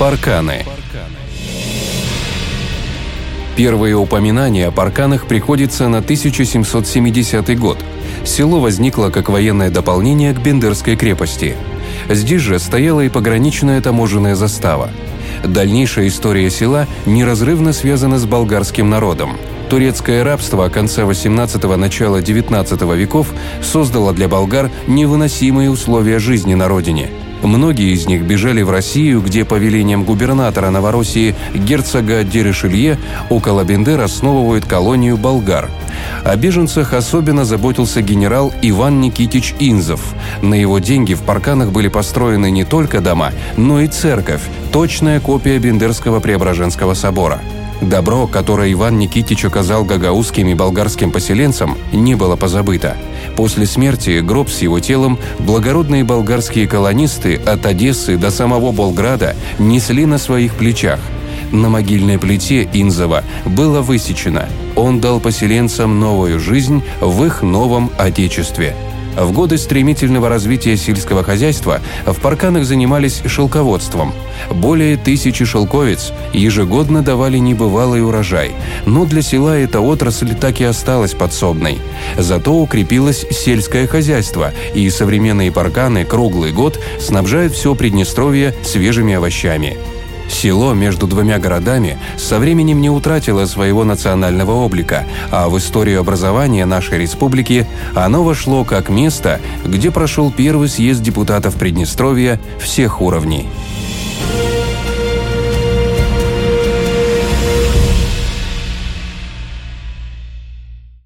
Парканы. Первые упоминания о парканах приходится на 1770 год. Село возникло как военное дополнение к Бендерской крепости. Здесь же стояла и пограничная таможенная застава. Дальнейшая история села неразрывно связана с болгарским народом. Турецкое рабство конца XVIII – начала XIX веков создало для болгар невыносимые условия жизни на родине. Многие из них бежали в Россию, где по велениям губернатора Новороссии герцога де-Ришелье около Бендер основывают колонию болгар. О беженцах особенно заботился генерал Иван Никитич Инзов. На его деньги в Парканах были построены не только дома, но и церковь, точная копия Бендерского Преображенского собора. Добро, которое Иван Никитич оказал гагаузским и болгарским поселенцам, не было позабыто. После смерти гроб с его телом благородные болгарские колонисты от Одессы до самого Болграда несли на своих плечах. На могильной плите Инзова было высечено: он дал поселенцам новую жизнь в их новом отечестве. В годы стремительного развития сельского хозяйства в Парканах занимались шелководством. Более 1000 шелковиц ежегодно давали небывалый урожай, но для села эта отрасль так и осталась подсобной. Зато укрепилось сельское хозяйство, и современные Парканы круглый год снабжают все Приднестровье свежими овощами. Село между двумя городами со временем не утратило своего национального облика, а в историю образования нашей республики оно вошло как место, где прошел первый съезд депутатов Приднестровья всех уровней.